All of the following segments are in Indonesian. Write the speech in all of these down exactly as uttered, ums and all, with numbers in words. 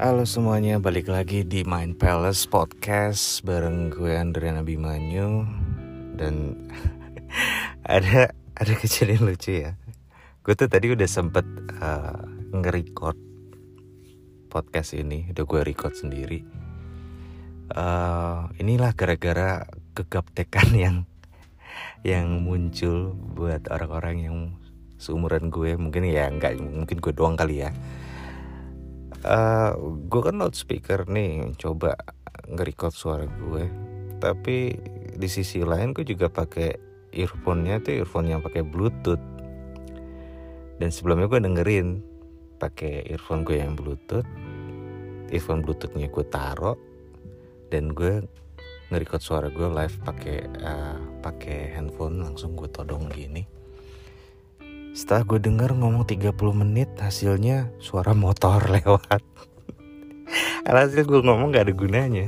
Halo semuanya, balik lagi di Mind Palace Podcast bareng gue Andrian Abimanyu. Dan ada ada kejadian lucu ya. Gue tuh tadi udah sempet uh, nge-record podcast ini, udah gue record sendiri. uh, Inilah gara-gara kegaptekan yang yang muncul buat orang-orang yang seumuran gue. Mungkin ya enggak, mungkin gue doang kali ya. Uh, gue kan loudspeaker nih, coba nge-record suara gue. Tapi di sisi lain gue juga pakai earphone-nya tuh earphone yang pakai Bluetooth. Dan sebelumnya gue dengerin pakai earphone gue yang Bluetooth. Earphone Bluetooth-nya gue taro dan gue nge-record suara gue live pakai uh, pakai handphone, langsung gue todong gini. Setelah gue denger ngomong tiga puluh menit, hasilnya suara motor lewat. Alhasil gue ngomong gak ada gunanya.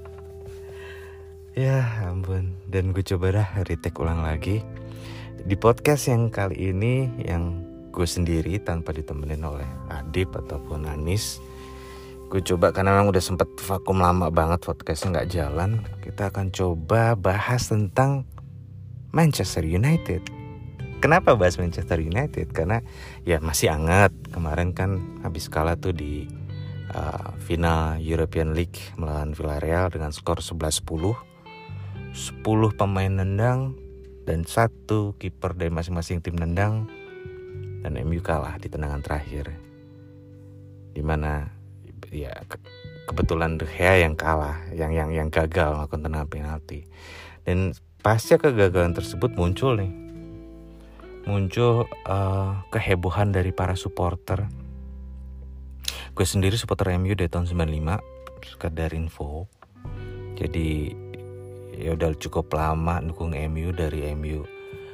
Ya ampun. Dan gue coba dah retake ulang lagi. Di podcast yang kali ini, yang gue sendiri tanpa ditemenin oleh Adib ataupun Anis. Gue coba karena memang udah sempet vakum lama banget, podcastnya gak jalan. Kita akan coba bahas tentang Manchester United. Kenapa bahas Manchester United? Karena ya masih hangat. Kemarin kan habis kalah tuh di uh, final European League melawan Villarreal dengan skor sebelas sepuluh. sepuluh pemain nendang dan satu kiper dari masing-masing tim nendang. Dan M U kalah di tendangan terakhir. Dimana ya ke- kebetulan De Gea yang kalah, yang yang yang gagal melakukan tendangan penalti. Dan pasca kegagalan tersebut muncul nih muncul uh, kehebohan dari para supporter. Gue sendiri supporter M U dari tahun sembilan puluh lima, sekedar info. Jadi ya udah cukup lama dukung M U, dari M U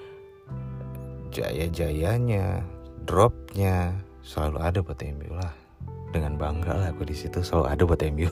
jaya-jayanya, dropnya selalu ada buat M U lah. Dengan bangga lah gue di situ selalu ada buat M U.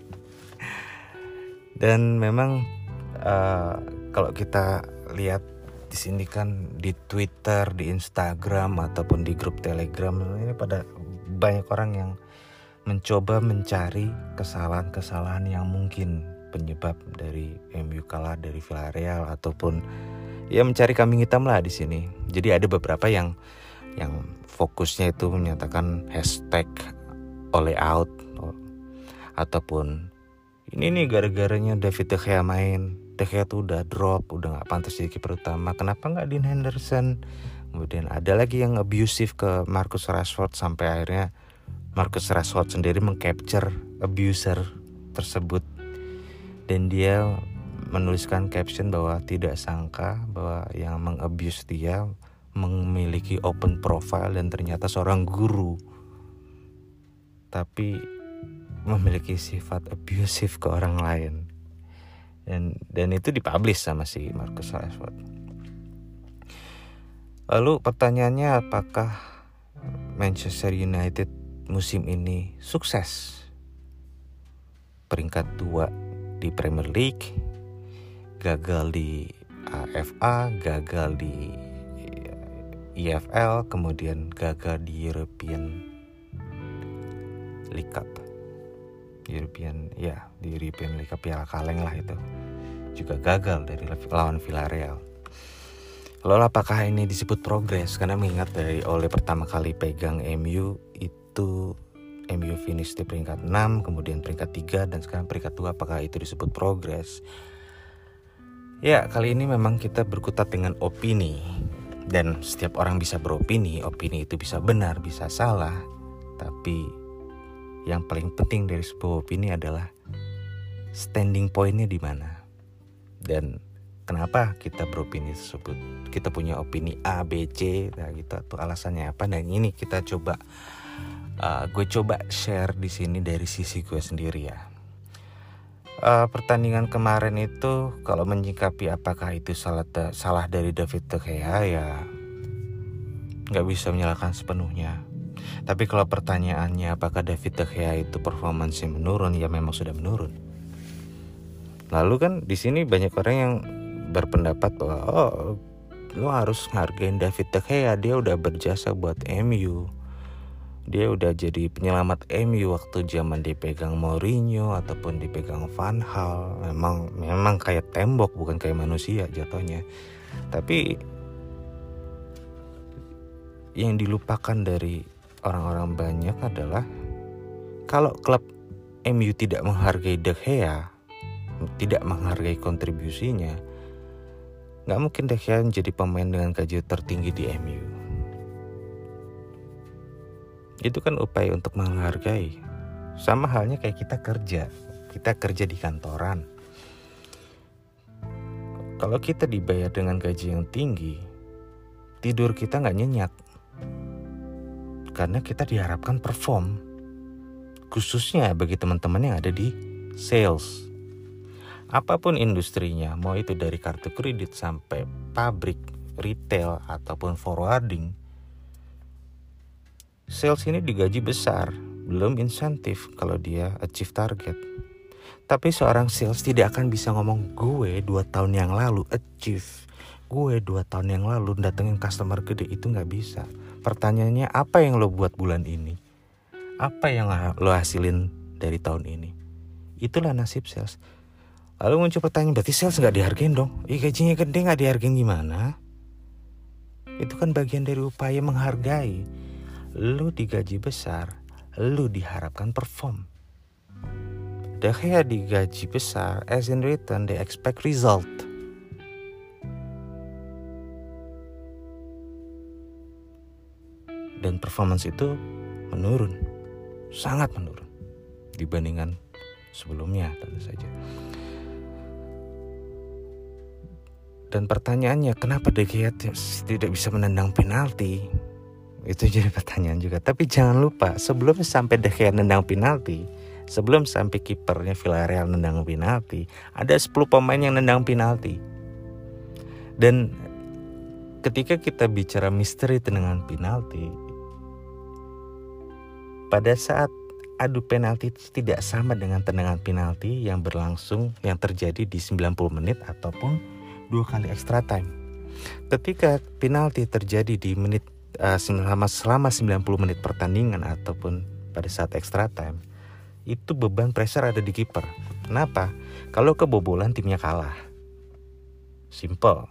Dan memang uh, kalau kita lihat di sini kan di Twitter, di Instagram ataupun di grup Telegram ini pada banyak orang yang mencoba mencari kesalahan-kesalahan yang mungkin penyebab dari M U kalah dari Villarreal ataupun ya mencari kambing hitam lah di sini. Jadi ada beberapa yang yang fokusnya itu menyatakan hashtag ole out ataupun ini nih gara-garanya David De Gea main. De Gea tuh udah drop, udah gak pantas jadi kiper utama. Kenapa gak Dean Henderson? Kemudian ada lagi yang abusive ke Marcus Rashford, sampai akhirnya Marcus Rashford sendiri mengcapture abuser tersebut. Dan dia menuliskan caption bahwa tidak sangka bahwa yang mengabuse dia memiliki open profile dan ternyata seorang guru, tapi memiliki sifat abusive ke orang lain. Dan, dan itu dipublish sama si Marcus Rashford. Lalu pertanyaannya, apakah Manchester United musim ini sukses? Peringkat dua di Premier League, gagal di A F A, gagal di E F L, kemudian gagal di European League Cup. European ya di European League Cup, Piala Kaleng lah itu, juga gagal dari lawan Villarreal. Lalu apakah ini disebut progres? Karena mengingat dari oleh pertama kali pegang M U itu M U finish di peringkat enam, kemudian peringkat tiga, dan sekarang peringkat dua. Apakah itu disebut progres? Ya, kali ini memang kita berkutat dengan opini. Dan setiap orang bisa beropini, opini itu bisa benar, bisa salah. Tapi yang paling penting dari sebuah opini adalah standing point-nya di mana. Dan kenapa kita beropini tersebut? Kita punya opini A, B, C, nah gitu, atau alasannya apa? Dan ini kita coba, uh, gue coba share di sini dari sisi gue sendiri ya. Uh, pertandingan kemarin itu kalau menyikapi apakah itu salah salah dari David De Gea, ya nggak bisa menyalahkan sepenuhnya. Tapi kalau pertanyaannya apakah David De Gea itu performanya menurun, ya memang sudah menurun. Lalu kan di sini banyak orang yang berpendapat bahwa oh, lo harus ngargain David De Gea, dia udah berjasa buat M U. Dia udah jadi penyelamat M U waktu zaman dipegang Mourinho ataupun dipegang Van Gaal. Memang memang kayak tembok, bukan kayak manusia jatuhnya. Tapi yang dilupakan dari orang-orang banyak adalah kalau klub M U tidak menghargai De Gea, tidak menghargai kontribusinya, gak mungkin De Gea menjadi pemain dengan gaji tertinggi di M U. Itu kan upaya untuk menghargai. Sama halnya kayak kita kerja. Kita kerja di kantoran. Kalau kita dibayar dengan gaji yang tinggi, tidur kita gak nyenyak. Karena kita diharapkan perform. Khususnya bagi teman-teman yang ada di sales. Apapun industrinya, mau itu dari kartu kredit sampai pabrik, retail, ataupun forwarding, sales ini digaji besar, belum insentif kalau dia achieve target. Tapi seorang sales tidak akan bisa ngomong, gue dua tahun yang lalu achieve, gue dua tahun yang lalu datengin customer gede. Itu gak bisa. Pertanyaannya, apa yang lo buat bulan ini? Apa yang lo hasilin dari tahun ini? Itulah nasib sales. Lalu muncul pertanyaan, berarti sales gak dihargain dong? Ih, gajinya gede gak dihargain gimana? Itu kan bagian dari upaya menghargai. Lu digaji besar, lu diharapkan perform. De Gea digaji besar, as in return they expect result. Dan performance itu menurun, sangat menurun dibandingkan sebelumnya tentu saja. Dan pertanyaannya, kenapa De Gea tidak bisa menendang penalti? Itu jadi pertanyaan juga. Tapi jangan lupa, sebelum sampai De Gea nendang penalti, sebelum sampai kipernya Villarreal nendang penalti, ada sepuluh pemain yang nendang penalti. Dan ketika kita bicara misteri tendangan penalti, pada saat adu penalti itu tidak sama dengan tendangan penalti yang berlangsung, yang terjadi di sembilan puluh menit ataupun dua kali extra time. Ketika penalti terjadi di menit Uh, selama, selama sembilan puluh menit pertandingan ataupun pada saat extra time, itu beban pressure ada di kiper. Kenapa? Kalau kebobolan timnya kalah. Simple.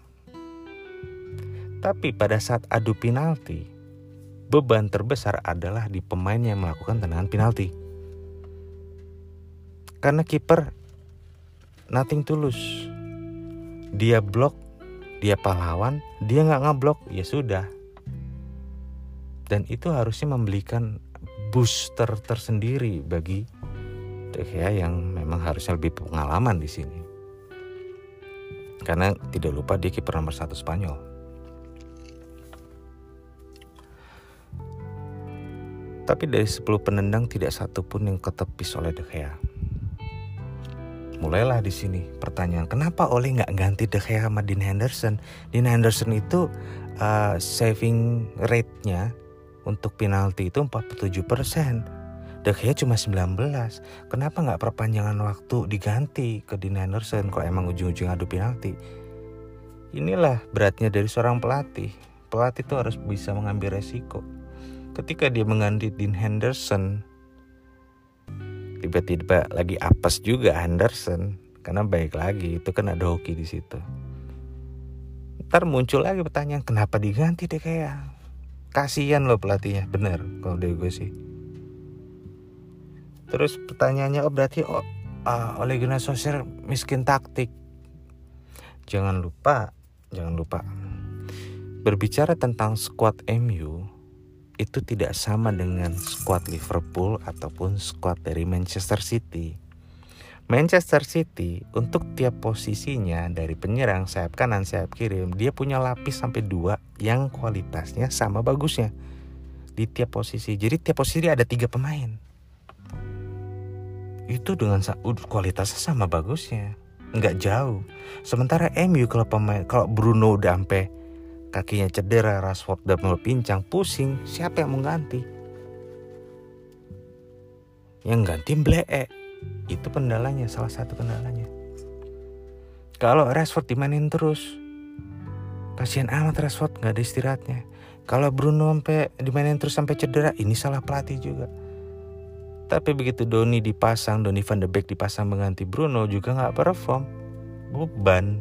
Tapi pada saat adu penalti, beban terbesar adalah di pemain yang melakukan tendangan penalti. Karena kiper nothing tulus. Dia blok, dia pahlawan, dia gak ngeblok, ya sudah. Dan itu harusnya memberikan booster tersendiri bagi De Gea yang memang harusnya lebih pengalaman di sini. Karena tidak lupa dia kiper nomor satu Spanyol. Tapi dari sepuluh penendang tidak satu pun yang ketepis oleh De Gea. Mulailah di sini pertanyaan, kenapa Ole nggak ganti De Gea sama Dean Henderson? Dean Henderson itu uh, saving rate-nya untuk penalti itu empat puluh tujuh persen. De Gea cuma sembilan belas. Kenapa gak perpanjangan waktu diganti ke Dean Henderson kalau emang ujung-ujung adu penalti? Inilah beratnya dari seorang pelatih. Pelatih itu harus bisa mengambil resiko. Ketika dia mengganti Dean Henderson, tiba-tiba lagi apes juga Henderson. Karena baik lagi, itu kan ada hoki di situ. Ntar muncul lagi pertanyaan, kenapa diganti De Gea? Kasian loh pelatihnya, bener kalau dari gue sih. Terus pertanyaannya, oh berarti oh, uh, Ole Gunnar Solskjaer miskin taktik. Jangan lupa, jangan lupa. Berbicara tentang skuad M U itu tidak sama dengan skuad Liverpool ataupun skuad dari Manchester City. Manchester City untuk tiap posisinya dari penyerang, sayap kanan, sayap kiri, dia punya lapis sampai dua yang kualitasnya sama bagusnya di tiap posisi. Jadi tiap posisi ada tiga pemain. Itu dengan kualitasnya sama bagusnya, nggak jauh. Sementara M U kalau pemain, kalau Bruno udah sampai kakinya cedera, Rashford udah mau pincang, pusing, siapa yang mengganti? Yang ganti Blee. Itu kendalanya, salah satu kendalanya. Kalau Rashford dimainin terus, kasihan amat Rashford, gak ada istirahatnya. Kalau Bruno sampai dimainin terus sampai cedera, ini salah pelatih juga. Tapi begitu Donny dipasang, Donny van de Beek dipasang mengganti Bruno juga nggak perform, beban.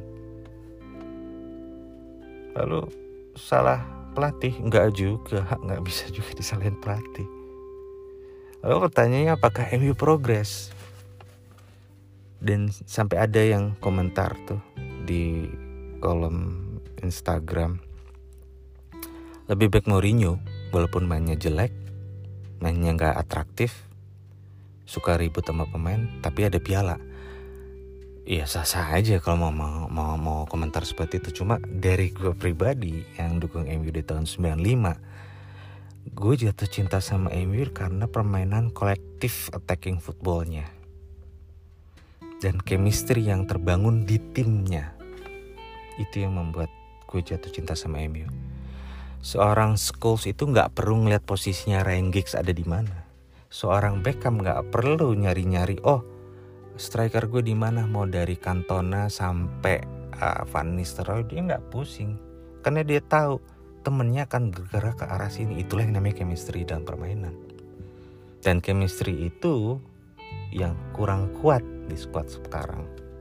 Lalu salah pelatih? Nggak juga, nggak bisa juga disalahin pelatih. Lalu pertanyaannya, apakah M U progres? Dan sampai ada yang komentar tuh di kolom Instagram, lebih baik Mourinho walaupun mainnya jelek, mainnya gak atraktif, suka ribut sama pemain, tapi ada piala. Iya sah-sah aja kalau mau, mau mau mau komentar seperti itu. Cuma dari gue pribadi yang dukung M U di tahun sembilan puluh lima, gue jatuh cinta sama M U karena permainan kolektif attacking footballnya dan chemistry yang terbangun di timnya. Itu yang membuat gue jatuh cinta sama M U. Seorang Scholes itu nggak perlu ngeliat posisinya Ryan Giggs ada di mana. Seorang Beckham nggak perlu nyari-nyari, oh striker gue di mana, mau dari Cantona sampai uh, Van Nistelrooy, dia nggak pusing karena dia tahu temennya akan bergerak ke arah sini. Itulah yang namanya chemistry dalam permainan. Dan chemistry itu yang kurang kuat di squad sekarang.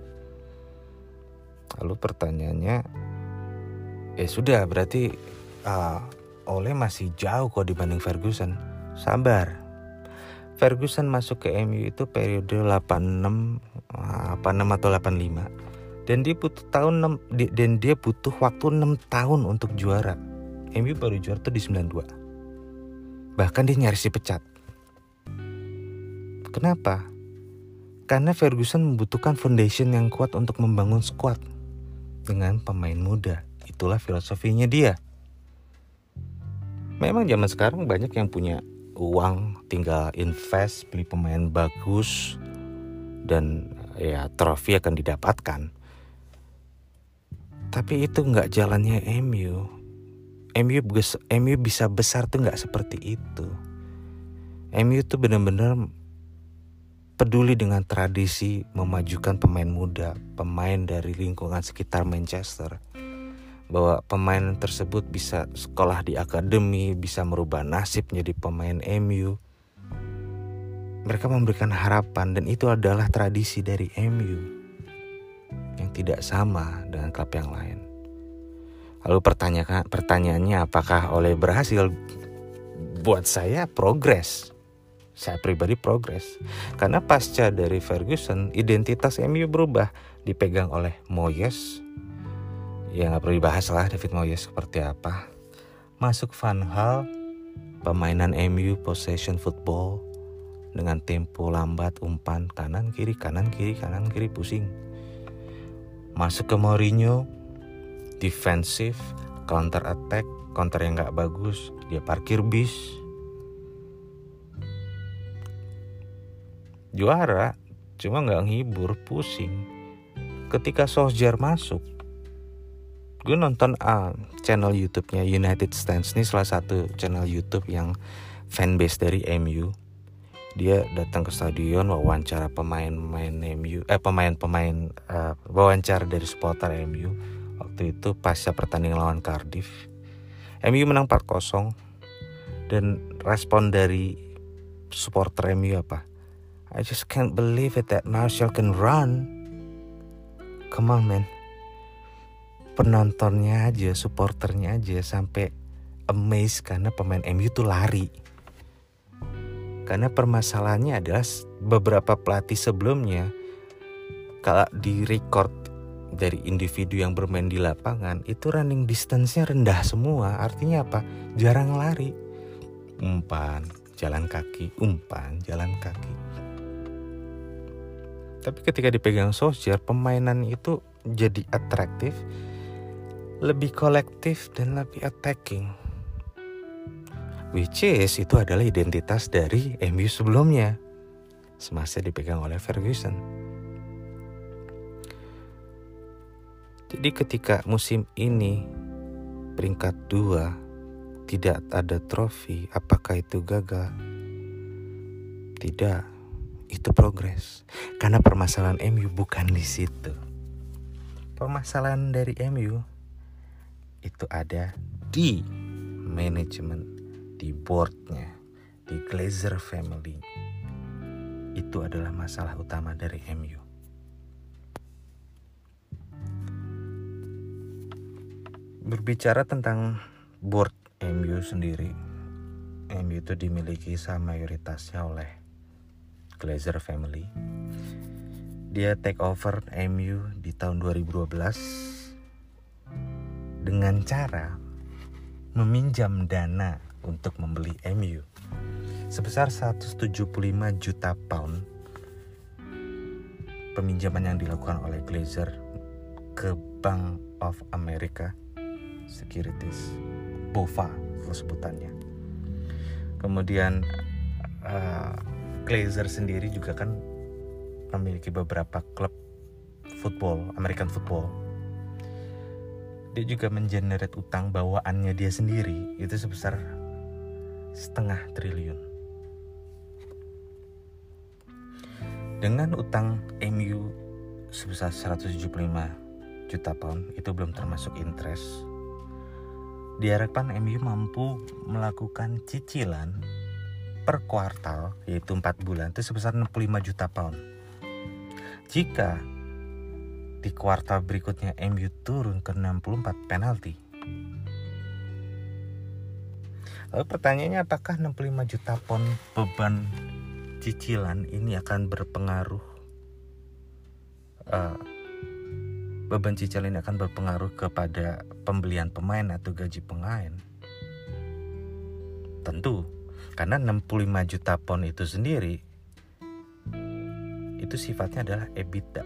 Lalu pertanyaannya, ya sudah berarti Uh, Ole masih jauh kok dibanding Ferguson. Sabar. Ferguson masuk ke M U itu periode delapan puluh enam, delapan puluh enam atau delapan puluh lima. Dan dia butuh tahun enam, dan dia butuh waktu enam tahun untuk juara. M U baru juara tuh di sembilan puluh dua. Bahkan dia nyaris dipecat. Kenapa? Karena Ferguson membutuhkan foundation yang kuat untuk membangun squad dengan pemain muda. Itulah filosofinya dia. Memang zaman sekarang banyak yang punya uang, tinggal invest, beli pemain bagus, dan ya trofi akan didapatkan. Tapi itu gak jalannya M U. M U, M U bisa besar tuh gak seperti itu. M U tuh benar-benar peduli dengan tradisi, memajukan pemain muda, pemain dari lingkungan sekitar Manchester. Bahwa pemain tersebut bisa sekolah di akademi, bisa merubah nasib menjadi pemain M U. Mereka memberikan harapan, dan itu adalah tradisi dari M U yang tidak sama dengan klub yang lain. Lalu pertanyaan, pertanyaannya apakah Ole berhasil? Buat saya progres. Saya pribadi progres. Karena pasca dari Ferguson, identitas M U berubah, dipegang oleh Moyes. Ya gak perlu dibahas lah David Moyes seperti apa. Masuk Van Gaal, permainan M U possession football dengan tempo lambat, umpan kanan kiri kanan kiri kanan kiri pusing. Masuk ke Mourinho, defensif, counter attack, counter yang gak bagus, dia parkir bis. Juara, cuma gak ngehibur, pusing. Ketika Solskjaer masuk, gue nonton uh, channel YouTube-nya United Stands. Ini salah satu channel YouTube yang fanbase dari M U. Dia datang ke stadion, wawancara pemain-pemain M U, eh pemain-pemain uh, wawancara dari supporter M U. Waktu itu pasca pertandingan lawan Cardiff, M U menang empat kosong. Dan respon dari supporter M U apa? I just can't believe it that Martial can run. Come on man. Penontonnya aja, supporternya aja sampai amazed karena pemain M U tuh lari. Karena permasalahannya adalah beberapa pelatih sebelumnya, kalau di record dari individu yang bermain di lapangan, itu running distance-nya rendah semua. Artinya apa? Jarang lari. Umpan, jalan kaki, umpan, jalan kaki. Tapi ketika dipegang Solskjaer, permainan itu jadi atraktif, lebih kolektif dan lebih attacking. Which is itu adalah identitas dari M U sebelumnya, semasa dipegang oleh Ferguson. Jadi ketika musim ini peringkat dua tidak ada trofi, apakah itu gagal? Tidak, itu progres. Karena permasalahan M U bukan di situ. Permasalahan dari M U itu ada di manajemen, di boardnya, di Glazer family, itu adalah masalah utama dari M U. Berbicara tentang board M U sendiri, M U itu dimiliki saham mayoritasnya oleh Glazer family. Dia take over M U di tahun dua ribu dua belas dengan cara meminjam dana untuk membeli M U sebesar seratus tujuh puluh lima juta pound. Peminjaman yang dilakukan oleh Glazer ke Bank of America Securities, B O F A sebutannya. Kemudian uh, Glazer sendiri juga kan memiliki beberapa klub football, American football. Dia juga mengenerate utang bawaannya dia sendiri itu sebesar setengah triliun. Dengan utang M U sebesar seratus tujuh puluh lima juta pound, itu belum termasuk interest. Diharapkan M U mampu melakukan cicilan per kuartal, yaitu empat bulan, itu sebesar enam puluh lima juta pound. Jika di kuartal berikutnya M U turun ke enam puluh empat, penalti. Lalu pertanyaannya, apakah enam puluh lima juta pound beban cicilan ini akan berpengaruh uh, beban cicilan ini akan berpengaruh kepada pembelian pemain atau gaji pemain? Tentu, karena enam puluh lima juta pound itu sendiri itu sifatnya adalah EBITDA.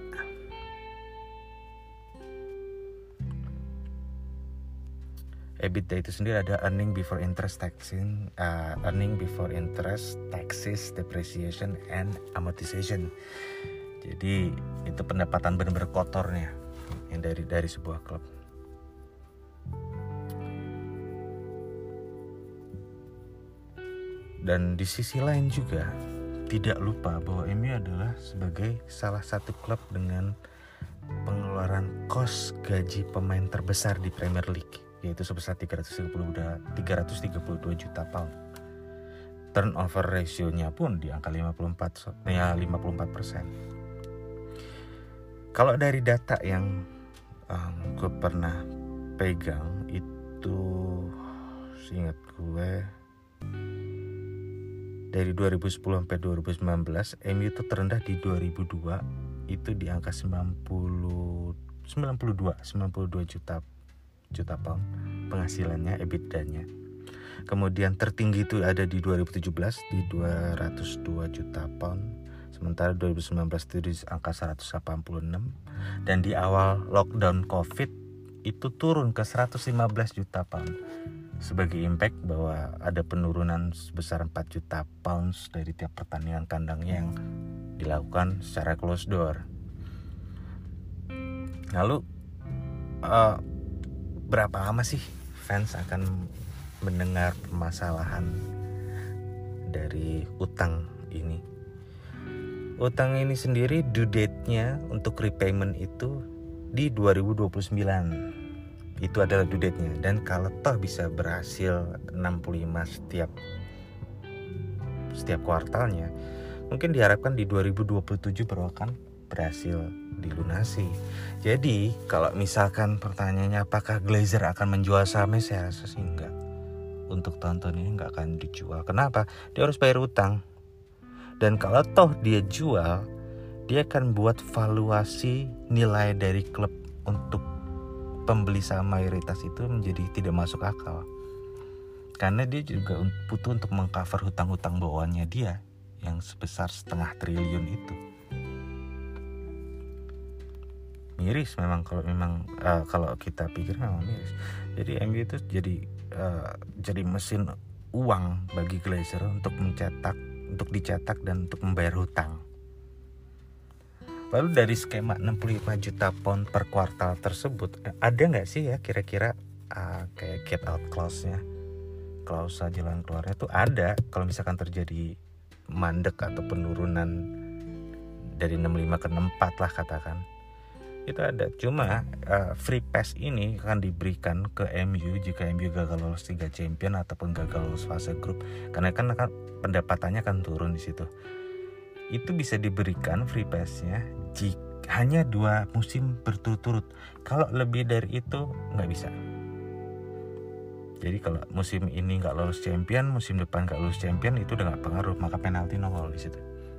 EBITDA itu sendiri ada earning before interest taxing, uh, earning before interest, taxes, depreciation, and amortization. Jadi itu pendapatan benar-benar kotornya yang dari dari sebuah klub. Dan di sisi lain juga tidak lupa bahwa M U adalah sebagai salah satu klub dengan pengeluaran kos gaji pemain terbesar di Premier League, yaitu sebesar tiga ratus tiga puluh dua juta pound. Turnover ratio-nya pun di angka lima puluh empat ya lima puluh empat persen. Kalau dari data yang um, gue pernah pegang itu, seingat gue dari dua ribu sepuluh sampai dua ribu sembilan belas M U itu terendah di dua ribu dua itu di angka sembilan puluh sembilan puluh dua sembilan puluh dua juta juta pound penghasilannya, EBITDA-nya. Kemudian tertinggi itu ada di dua ribu tujuh belas di dua ratus dua juta pound. Sementara dua ribu sembilan belas itu di angka seratus delapan puluh enam, dan di awal lockdown Covid itu turun ke seratus lima belas juta pound. Sebagai impact bahwa ada penurunan sebesar empat juta pounds dari tiap pertandingan kandangnya yang dilakukan secara closed door. Lalu uh, berapa lama sih fans akan mendengar permasalahan dari utang ini? Utang ini sendiri due date-nya untuk repayment itu di dua ribu dua puluh sembilan. Itu adalah due date-nya. Dan kalau toh bisa berhasil enam puluh lima setiap setiap kuartalnya, mungkin diharapkan di dua ribu dua puluh tujuh baru akan berhasil dilunasi. Jadi kalau misalkan pertanyaannya apakah Glazer akan menjual sahamnya, saya rasa sih enggak. Untuk tahun-tahun ini enggak akan dijual. Kenapa? Dia harus bayar utang. Dan kalau toh dia jual, dia akan buat valuasi nilai dari klub untuk pembeli saham mayoritas itu menjadi tidak masuk akal. Karena dia juga butuh untuk mengcover hutang-hutang bawaannya dia yang sebesar setengah triliun itu. Miris memang kalau memang uh, kalau kita pikir memang miris. Jadi M U itu jadi uh, jadi mesin uang bagi Glazer untuk mencetak, untuk dicetak dan untuk membayar hutang. Lalu dari skema enam puluh lima juta pound per kuartal tersebut, ada nggak sih ya kira-kira uh, kayak get out clause-nya, klausa jalan keluarnya tuh ada kalau misalkan terjadi mandek atau penurunan dari enam puluh lima ke enam puluh empat lah katakan. Itu ada, cuma uh, free pass ini akan diberikan ke M U jika M U gagal lolos Liga Champion ataupun gagal lolos fase grup, karena kan akan pendapatannya akan turun di situ. Itu bisa diberikan free pass-nya jika hanya dua musim berturut-turut. Kalau lebih dari itu nggak bisa. Jadi kalau musim ini nggak lolos champion, musim depan nggak lolos champion, itu udah nggak pengaruh, maka penalti nongol di situ.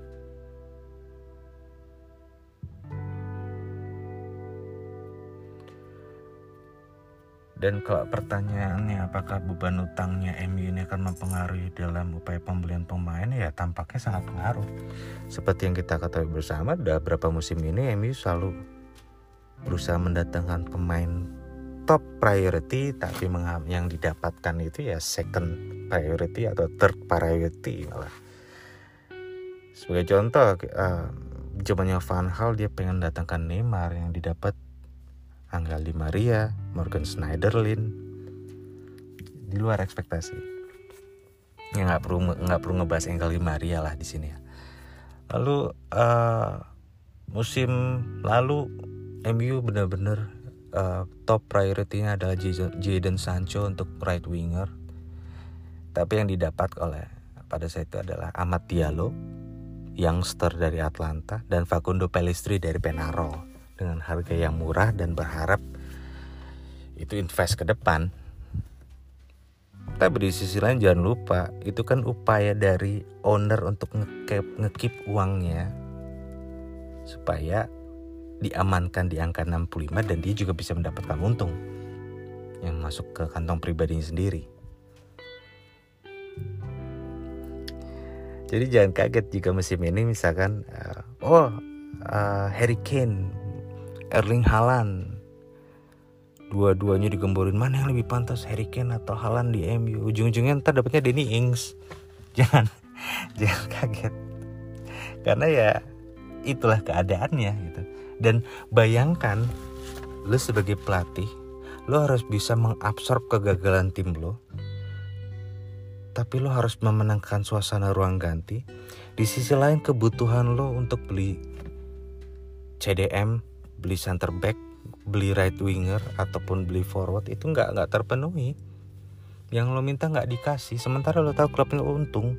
Dan kalau pertanyaannya apakah beban utangnya M U ini akan mempengaruhi dalam upaya pembelian pemain, ya tampaknya sangat pengaruh. Seperti yang kita ketahui bersama, udah berapa musim ini M U selalu berusaha mendatangkan pemain top priority, tapi yang didapatkan itu ya second priority atau third priority malah. Sebagai contoh, uh, zamannya Van Gaal dia pengen datangkan Neymar, yang didapat Angel Di Maria, Morgan Schneiderlin, di luar ekspektasi. Ya nggak perlu nggak perlu ngebahas Angel Di Maria lah di sini ya. Lalu uh, musim lalu M U benar-benar uh, top priority-nya adalah Jadon Sancho untuk right winger. Tapi yang didapat oleh pada saat itu adalah Amad Diallo, youngster dari Atlanta, dan Facundo Pellistri dari Penarol, dengan harga yang murah dan berharap itu invest ke depan. Tapi di sisi lain jangan lupa, itu kan upaya dari owner untuk nge-keep, nge-keep uangnya supaya diamankan di angka enam puluh lima dan dia juga bisa mendapatkan untung yang masuk ke kantong pribadinya sendiri. Jadi jangan kaget jika musim ini misalkan uh, oh uh, Harry Kane, Erling Haaland, dua-duanya digemborin, mana yang lebih pantas, Harry Kane atau Haaland di M U. Ujung-ujungnya ntar dapetnya Danny Ings. Jangan jangan kaget, karena ya itulah keadaannya gitu. Dan bayangkan, lo sebagai pelatih, lo harus bisa mengabsorb kegagalan tim lo, tapi lo harus memenangkan suasana ruang ganti. Di sisi lain kebutuhan lo untuk beli C D M, beli center back, beli right winger ataupun beli forward itu nggak nggak terpenuhi. Yang lo minta nggak dikasih, sementara lo tahu klubnya untung.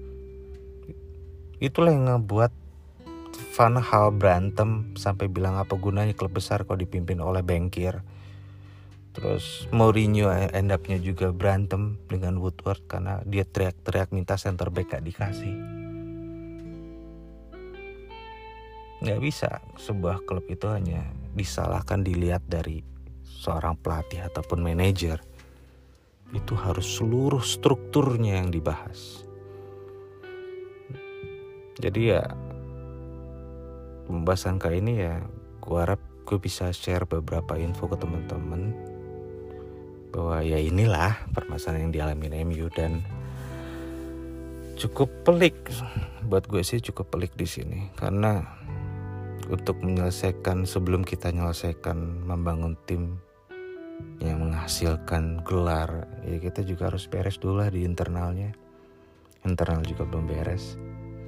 Itulah yang ngebuat Van Gaal berantem sampai bilang apa gunanya klub besar kalau dipimpin oleh bankir. Terus Mourinho end up-nya juga berantem dengan Woodward karena dia teriak-teriak minta center back gak dikasih. Gak bisa sebuah klub itu hanya disalahkan dilihat dari seorang pelatih ataupun manajer. Itu harus seluruh strukturnya yang dibahas. Jadi ya pembahasan kali ini ya gue harap gue bisa share beberapa info ke teman-teman bahwa ya inilah permasalahan yang dialami M U, dan cukup pelik buat gue sih, cukup pelik di sini karena untuk menyelesaikan, sebelum kita menyelesaikan membangun tim yang menghasilkan gelar, ya kita juga harus beres dulu lah di internalnya. Internal juga belum beres.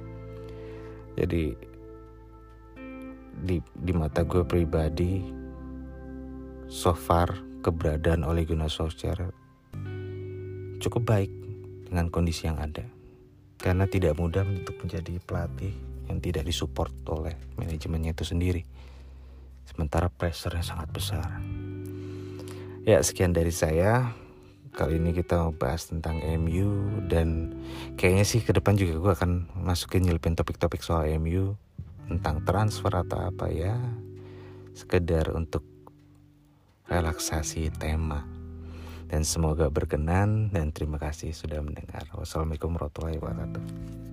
Jadi di di mata gue pribadi, so far keberadaan Ole Gunnar Solskjaer cukup baik dengan kondisi yang ada, karena tidak mudah untuk menjadi pelatih yang tidak disupport oleh manajemennya itu sendiri, sementara pressure-nya sangat besar. Ya, sekian dari saya. Kali ini kita mau bahas tentang M U, dan kayaknya sih ke depan juga gue akan masukin nyelipin topik-topik soal M U, tentang transfer atau apa ya, sekedar untuk relaksasi tema. Dan semoga berkenan, dan terima kasih sudah mendengar. Wassalamualaikum warahmatullahi wabarakatuh.